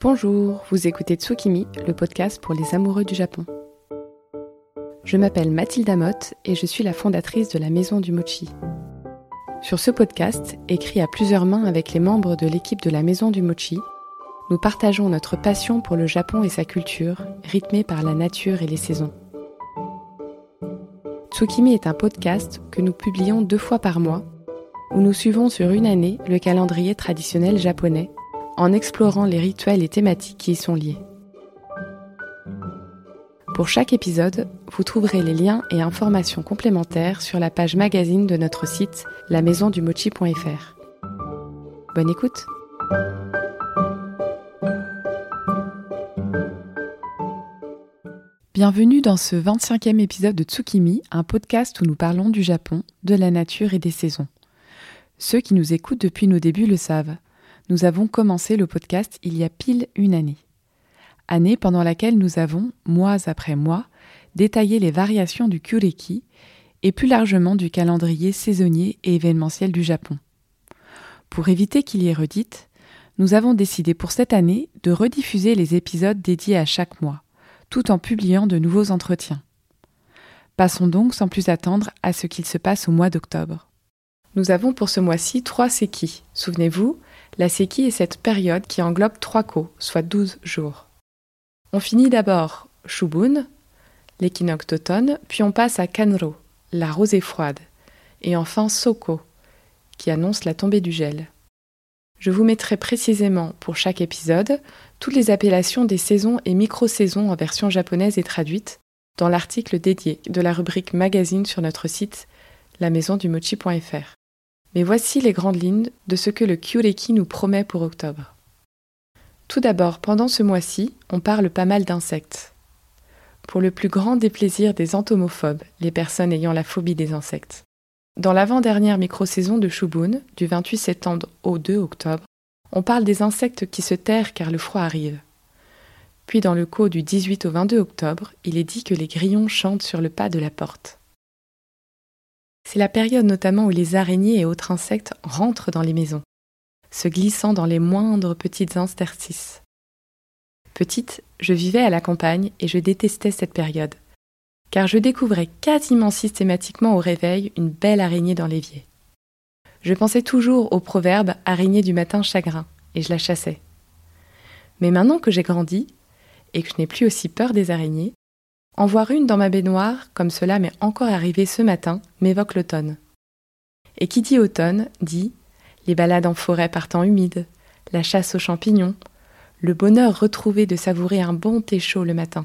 Bonjour, vous écoutez Tsukimi, le podcast pour les amoureux du Japon. Je m'appelle Mathilda Motte et je suis la fondatrice de la Maison du Mochi. Sur ce podcast, écrit à plusieurs mains avec les membres de l'équipe de la Maison du Mochi, nous partageons notre passion pour le Japon et sa culture, rythmée par la nature et les saisons. Tsukimi est un podcast que nous publions 2 fois par mois, où nous suivons sur une année le calendrier traditionnel japonais, en explorant les rituels et thématiques qui y sont liés. Pour chaque épisode, vous trouverez les liens et informations complémentaires sur la page magazine de notre site lamaisondumochi.fr. Bonne écoute! Bienvenue dans ce 25e épisode de Tsukimi, un podcast où nous parlons du Japon, de la nature et des saisons. Ceux qui nous écoutent depuis nos débuts le savent. Nous avons commencé le podcast il y a pile une année. Année pendant laquelle nous avons, mois après mois, détaillé les variations du Kyureki et plus largement du calendrier saisonnier et événementiel du Japon. Pour éviter qu'il y ait redite, nous avons décidé pour cette année de rediffuser les épisodes dédiés à chaque mois, tout en publiant de nouveaux entretiens. Passons donc sans plus attendre à ce qu'il se passe au mois d'octobre. Nous avons pour ce mois-ci 3 seki. Souvenez-vous, la seki est cette période qui englobe 3 ko, soit 12 jours. On finit d'abord Shubun, l'équinoxe d'automne, puis on passe à Kanro, la rosée froide, et enfin Soko, qui annonce la tombée du gel. Je vous mettrai précisément pour chaque épisode toutes les appellations des saisons et micro-saisons en version japonaise et traduite dans l'article dédié de la rubrique magazine sur notre site lamaisondumochi.fr. Mais voici les grandes lignes de ce que le Kyureki nous promet pour octobre. Tout d'abord, pendant ce mois-ci, on parle pas mal d'insectes. Pour le plus grand déplaisir des entomophobes, les personnes ayant la phobie des insectes. Dans l'avant-dernière micro-saison de Shubun, du 28 septembre au 2 octobre, on parle des insectes qui se terrent car le froid arrive. Puis dans le ko du 18 au 22 octobre, il est dit que les grillons chantent sur le pas de la porte. C'est la période notamment où les araignées et autres insectes rentrent dans les maisons, se glissant dans les moindres petites interstices. Petite, je vivais à la campagne et je détestais cette période, car je découvrais quasiment systématiquement au réveil une belle araignée dans l'évier. Je pensais toujours au proverbe « araignée du matin chagrin » et je la chassais. Mais maintenant que j'ai grandi et que je n'ai plus aussi peur des araignées, en voir une dans ma baignoire, comme cela m'est encore arrivé ce matin, m'évoque l'automne. Et qui dit automne, dit les balades en forêt par temps humide, la chasse aux champignons, le bonheur retrouvé de savourer un bon thé chaud le matin.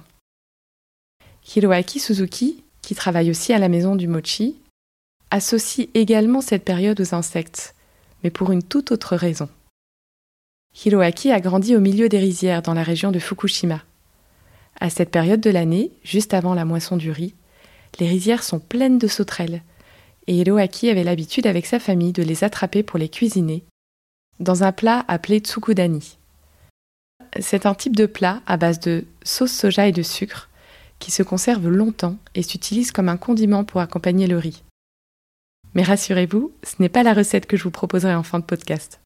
Hiroaki Suzuki, qui travaille aussi à la Maison du Mochi, associe également cette période aux insectes, mais pour une toute autre raison. Hiroaki a grandi au milieu des rizières dans la région de Fukushima. À cette période de l'année, juste avant la moisson du riz, les rizières sont pleines de sauterelles, et Hiroaki avait l'habitude avec sa famille de les attraper pour les cuisiner, dans un plat appelé tsukudani. C'est un type de plat à base de sauce soja et de sucre, qui se conserve longtemps et s'utilise comme un condiment pour accompagner le riz. Mais rassurez-vous, ce n'est pas la recette que je vous proposerai en fin de podcast.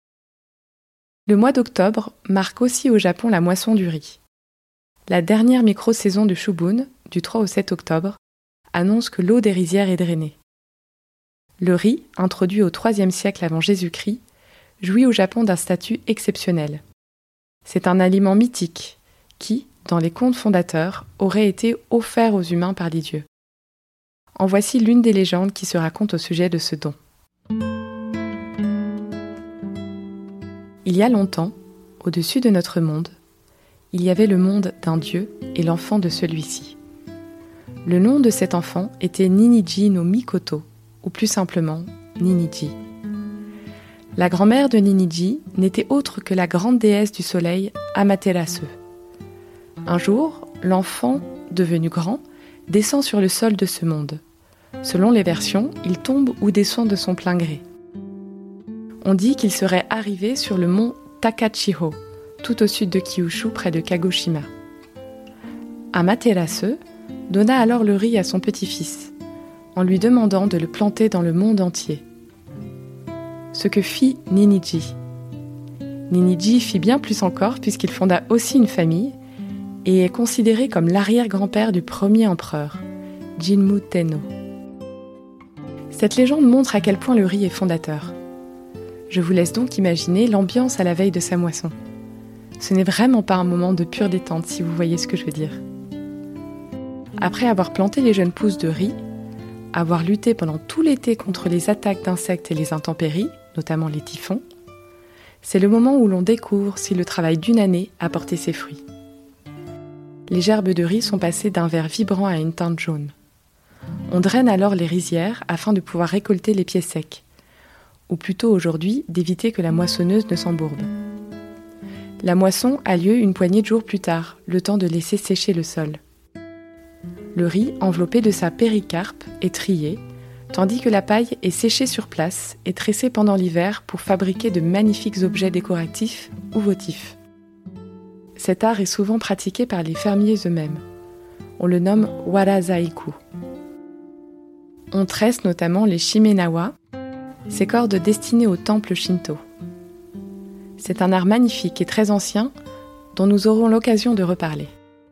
Le mois d'octobre marque aussi au Japon la moisson du riz. La dernière micro-saison de Shubun, du 3 au 7 octobre, annonce que l'eau des rizières est drainée. Le riz, introduit au IIIe siècle avant Jésus-Christ, jouit au Japon d'un statut exceptionnel. C'est un aliment mythique qui, dans les contes fondateurs, aurait été offert aux humains par les dieux. En voici l'une des légendes qui se raconte au sujet de ce don. Il y a longtemps, au-dessus de notre monde, il y avait le monde d'un dieu et l'enfant de celui-ci. Le nom de cet enfant était Ninigi no Mikoto, ou plus simplement Ninigi. La grand-mère de Ninigi n'était autre que la grande déesse du soleil Amaterasu. Un jour, l'enfant, devenu grand, descend sur le sol de ce monde. Selon les versions, il tombe ou descend de son plein gré. On dit qu'il serait arrivé sur le mont Takachiho, tout au sud de Kyushu, près de Kagoshima. Amaterasu donna alors le riz à son petit-fils, en lui demandant de le planter dans le monde entier. Ce que fit Ninigi. Ninigi fit bien plus encore puisqu'il fonda aussi une famille et est considéré comme l'arrière-grand-père du premier empereur, Jinmu Tenno. Cette légende montre à quel point le riz est fondateur. Je vous laisse donc imaginer l'ambiance à la veille de sa moisson. Ce n'est vraiment pas un moment de pure détente, si vous voyez ce que je veux dire. Après avoir planté les jeunes pousses de riz, avoir lutté pendant tout l'été contre les attaques d'insectes et les intempéries, notamment les typhons, c'est le moment où l'on découvre si le travail d'une année a porté ses fruits. Les gerbes de riz sont passées d'un vert vibrant à une teinte jaune. On draine alors les rizières afin de pouvoir récolter les pieds secs, ou plutôt aujourd'hui d'éviter que la moissonneuse ne s'embourbe. La moisson a lieu une poignée de jours plus tard, le temps de laisser sécher le sol. Le riz, enveloppé de sa péricarpe, est trié, tandis que la paille est séchée sur place et tressée pendant l'hiver pour fabriquer de magnifiques objets décoratifs ou votifs. Cet art est souvent pratiqué par les fermiers eux-mêmes. On le nomme warazaiku. On tresse notamment les shimenawa, ces cordes destinées au temple shinto. C'est un art magnifique et très ancien dont nous aurons l'occasion de reparler.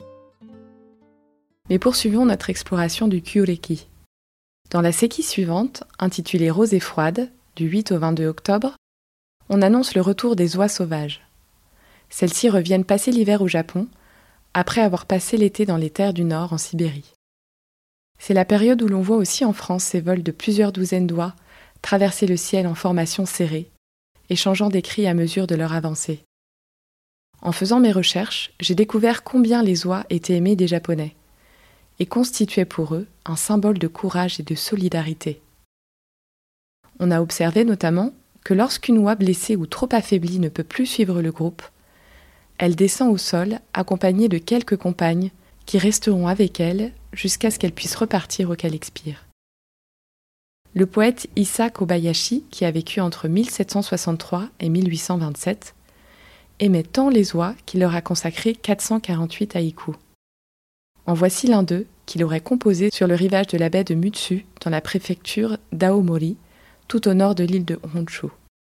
Mais poursuivons notre exploration du Kyureki. Dans la séquie suivante, intitulée Rosée froide, du 8 au 22 octobre, on annonce le retour des oies sauvages. Celles-ci reviennent passer l'hiver au Japon, après avoir passé l'été dans les terres du Nord en Sibérie. C'est la période où l'on voit aussi en France ces vols de plusieurs douzaines d'oies traverser le ciel en formation serrée, échangeant des cris à mesure de leur avancée. En faisant mes recherches, j'ai découvert combien les oies étaient aimées des Japonais et constituaient pour eux un symbole de courage et de solidarité. On a observé notamment que lorsqu'une oie blessée ou trop affaiblie ne peut plus suivre le groupe, elle descend au sol accompagnée de quelques compagnes qui resteront avec elle jusqu'à ce qu'elle puisse repartir ou qu'elle expire. Le poète Issa Kobayashi, qui a vécu entre 1763 et 1827, aimait tant les oies qu'il leur a consacré 448 haïkus. En voici l'un d'eux qu'il aurait composé sur le rivage de la baie de Mutsu, dans la préfecture d'Aomori, tout au nord de l'île de Honshu.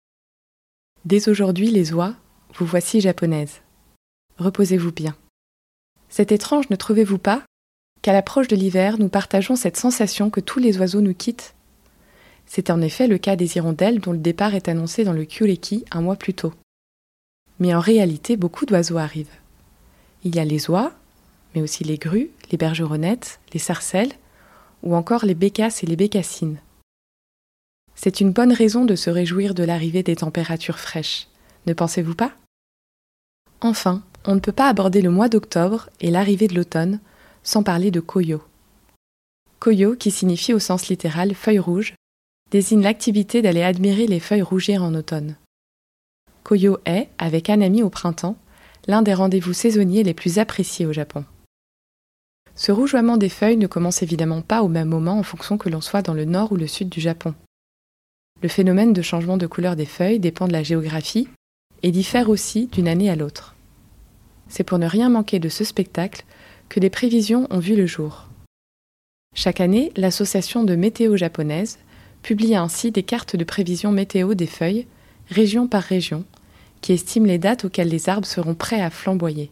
Dès aujourd'hui, les oies, vous voici japonaises. Reposez-vous bien. C'est étrange, ne trouvez-vous pas, qu'à l'approche de l'hiver, nous partageons cette sensation que tous les oiseaux nous quittent? C'est en effet le cas des hirondelles dont le départ est annoncé dans le Kyureki un mois plus tôt. Mais en réalité, beaucoup d'oiseaux arrivent. Il y a les oies, mais aussi les grues, les bergeronnettes, les sarcelles, ou encore les bécasses et les bécassines. C'est une bonne raison de se réjouir de l'arrivée des températures fraîches, ne pensez-vous pas? Enfin, on ne peut pas aborder le mois d'octobre et l'arrivée de l'automne sans parler de Koyo. Koyo, qui signifie au sens littéral « feuille rouge », désigne l'activité d'aller admirer les feuilles rougir en automne. Koyo est, avec Hanami au printemps, l'un des rendez-vous saisonniers les plus appréciés au Japon. Ce rougeoiement des feuilles ne commence évidemment pas au même moment en fonction que l'on soit dans le nord ou le sud du Japon. Le phénomène de changement de couleur des feuilles dépend de la géographie et diffère aussi d'une année à l'autre. C'est pour ne rien manquer de ce spectacle que des prévisions ont vu le jour. Chaque année, l'association de météo japonaise publie ainsi des cartes de prévision météo des feuilles, région par région, qui estiment les dates auxquelles les arbres seront prêts à flamboyer.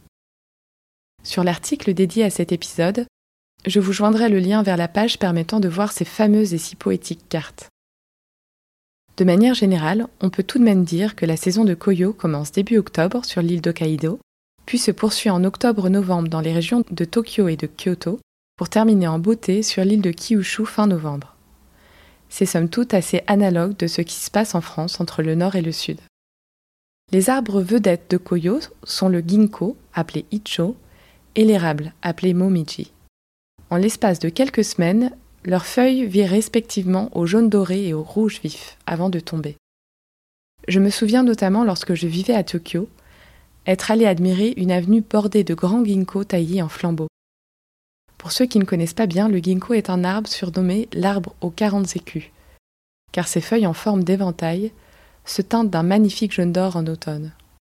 Sur l'article dédié à cet épisode, je vous joindrai le lien vers la page permettant de voir ces fameuses et si poétiques cartes. De manière générale, on peut tout de même dire que la saison de Koyo commence début octobre sur l'île d'Hokkaido, puis se poursuit en octobre-novembre dans les régions de Tokyo et de Kyoto, pour terminer en beauté sur l'île de Kyushu fin novembre. C'est somme toute assez analogue de ce qui se passe en France entre le nord et le sud. Les arbres vedettes de Koyo sont le ginkgo, appelé icho, et l'érable, appelé momiji. En l'espace de quelques semaines, leurs feuilles virent respectivement au jaune doré et au rouge vif, avant de tomber. Je me souviens notamment, lorsque je vivais à Tokyo, être allé admirer une avenue bordée de grands ginkgos taillés en flambeaux. Pour ceux qui ne connaissent pas bien, le ginkgo est un arbre surnommé l'arbre aux 40 écus, car ses feuilles en forme d'éventail se teintent d'un magnifique jaune d'or en automne.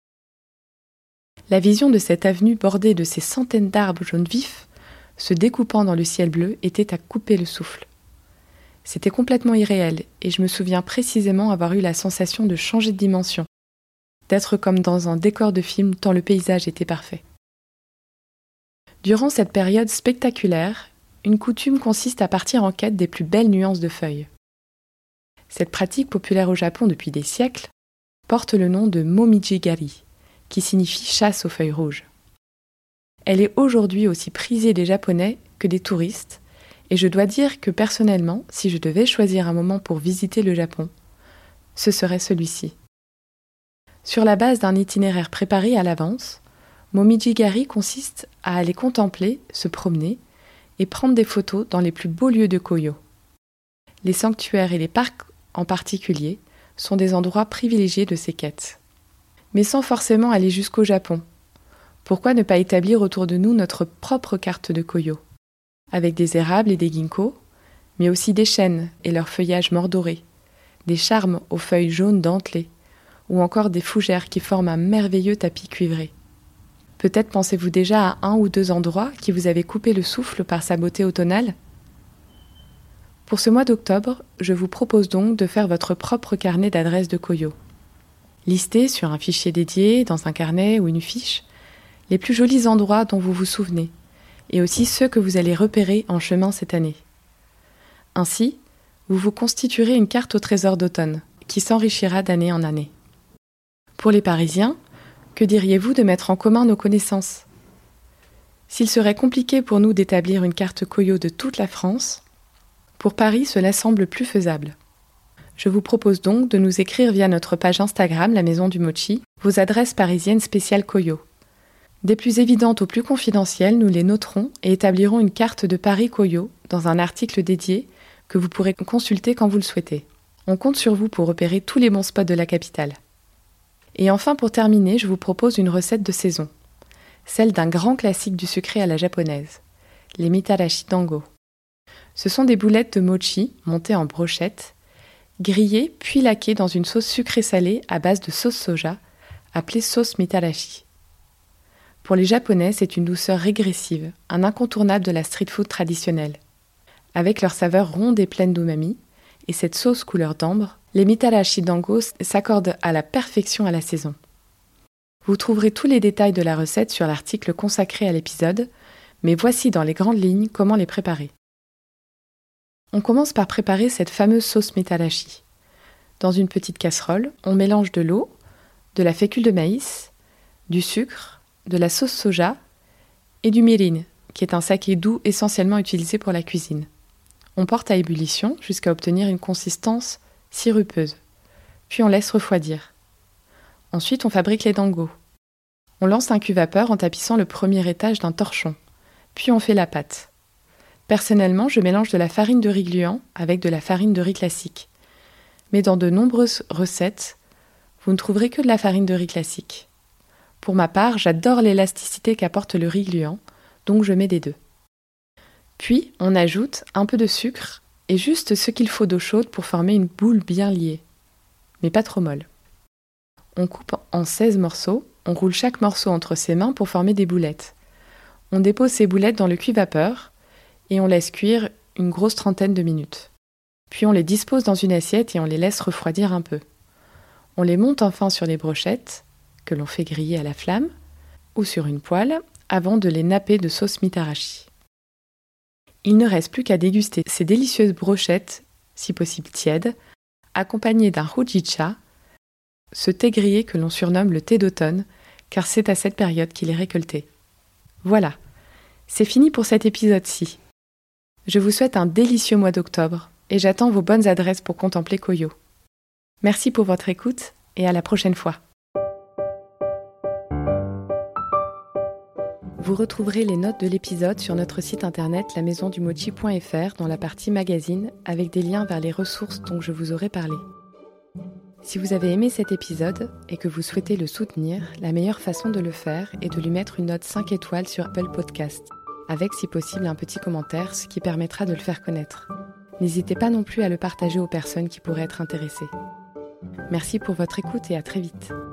La vision de cette avenue bordée de ces centaines d'arbres jaunes vifs, se découpant dans le ciel bleu, était à couper le souffle. C'était complètement irréel, et je me souviens précisément avoir eu la sensation de changer de dimension, d'être comme dans un décor de film tant le paysage était parfait. Durant cette période spectaculaire, une coutume consiste à partir en quête des plus belles nuances de feuilles. Cette pratique populaire au Japon depuis des siècles porte le nom de momiji-gari, qui signifie chasse aux feuilles rouges. Elle est aujourd'hui aussi prisée des Japonais que des touristes, et je dois dire que personnellement, si je devais choisir un moment pour visiter le Japon, ce serait celui-ci. Sur la base d'un itinéraire préparé à l'avance, momiji-gari consiste à aller contempler, se promener et prendre des photos dans les plus beaux lieux de Kyoto. Les sanctuaires et les parcs en particulier sont des endroits privilégiés de ces quêtes. Mais sans forcément aller jusqu'au Japon. Pourquoi ne pas établir autour de nous notre propre carte de Kyoto, avec des érables et des ginkgos, mais aussi des chênes et leurs feuillages mordorés, des charmes aux feuilles jaunes dentelées, ou encore des fougères qui forment un merveilleux tapis cuivré. Peut-être pensez-vous déjà à un ou deux endroits qui vous avaient coupé le souffle par sa beauté automnale ? Pour ce mois d'octobre, je vous propose donc de faire votre propre carnet d'adresses de Kyoto. Listez sur un fichier dédié, dans un carnet ou une fiche, les plus jolis endroits dont vous vous souvenez, et aussi ceux que vous allez repérer en chemin cette année. Ainsi, vous vous constituerez une carte au trésor d'automne, qui s'enrichira d'année en année. Pour les Parisiens, que diriez-vous de mettre en commun nos connaissances ? S'il serait compliqué pour nous d'établir une carte Kyoto de toute la France, pour Paris, cela semble plus faisable. Je vous propose donc de nous écrire via notre page Instagram, la Maison du Mochi, vos adresses parisiennes spéciales Kyoto. Des plus évidentes aux plus confidentielles, nous les noterons et établirons une carte de Paris-Kyoto dans un article dédié que vous pourrez consulter quand vous le souhaitez. On compte sur vous pour repérer tous les bons spots de la capitale. Et enfin, pour terminer, je vous propose une recette de saison, celle d'un grand classique du sucré à la japonaise, les mitarashi dango. Ce sont des boulettes de mochi montées en brochettes, grillées puis laquées dans une sauce sucrée-salée à base de sauce soja, appelée sauce mitarashi. Pour les Japonais, c'est une douceur régressive, un incontournable de la street food traditionnelle. Avec leur saveur ronde et pleine d'umami, et cette sauce couleur d'ambre, les mitarashi dango s'accordent à la perfection à la saison. Vous trouverez tous les détails de la recette sur l'article consacré à l'épisode, mais voici dans les grandes lignes comment les préparer. On commence par préparer cette fameuse sauce mitarashi. Dans une petite casserole, on mélange de l'eau, de la fécule de maïs, du sucre, de la sauce soja et du mirin, qui est un saké doux essentiellement utilisé pour la cuisine. On porte à ébullition jusqu'à obtenir une consistance sirupeuse, puis on laisse refroidir. Ensuite, on fabrique les dango. On lance un cuve-vapeur en tapissant le premier étage d'un torchon, puis on fait la pâte. Personnellement, je mélange de la farine de riz gluant avec de la farine de riz classique. Mais dans de nombreuses recettes, vous ne trouverez que de la farine de riz classique. Pour ma part, j'adore l'élasticité qu'apporte le riz gluant, donc je mets des deux. Puis, on ajoute un peu de sucre et juste ce qu'il faut d'eau chaude pour former une boule bien liée, mais pas trop molle. On coupe en 16 morceaux, on roule chaque morceau entre ses mains pour former des boulettes. On dépose ces boulettes dans le cuve-vapeur et on laisse cuire une grosse trentaine de minutes. Puis on les dispose dans une assiette et on les laisse refroidir un peu. On les monte enfin sur les brochettes, que l'on fait griller à la flamme, ou sur une poêle, avant de les napper de sauce mitarashi. Il ne reste plus qu'à déguster ces délicieuses brochettes, si possible tièdes, accompagnées d'un hojicha, ce thé grillé que l'on surnomme le thé d'automne, car c'est à cette période qu'il est récolté. Voilà, c'est fini pour cet épisode-ci. Je vous souhaite un délicieux mois d'octobre et j'attends vos bonnes adresses pour contempler Kyoto. Merci pour votre écoute et à la prochaine fois. Vous retrouverez les notes de l'épisode sur notre site internet lamaisondumochi.fr dans la partie magazine avec des liens vers les ressources dont je vous aurai parlé. Si vous avez aimé cet épisode et que vous souhaitez le soutenir, la meilleure façon de le faire est de lui mettre une note 5 étoiles sur Apple Podcast, avec si possible un petit commentaire, ce qui permettra de le faire connaître. N'hésitez pas non plus à le partager aux personnes qui pourraient être intéressées. Merci pour votre écoute et à très vite.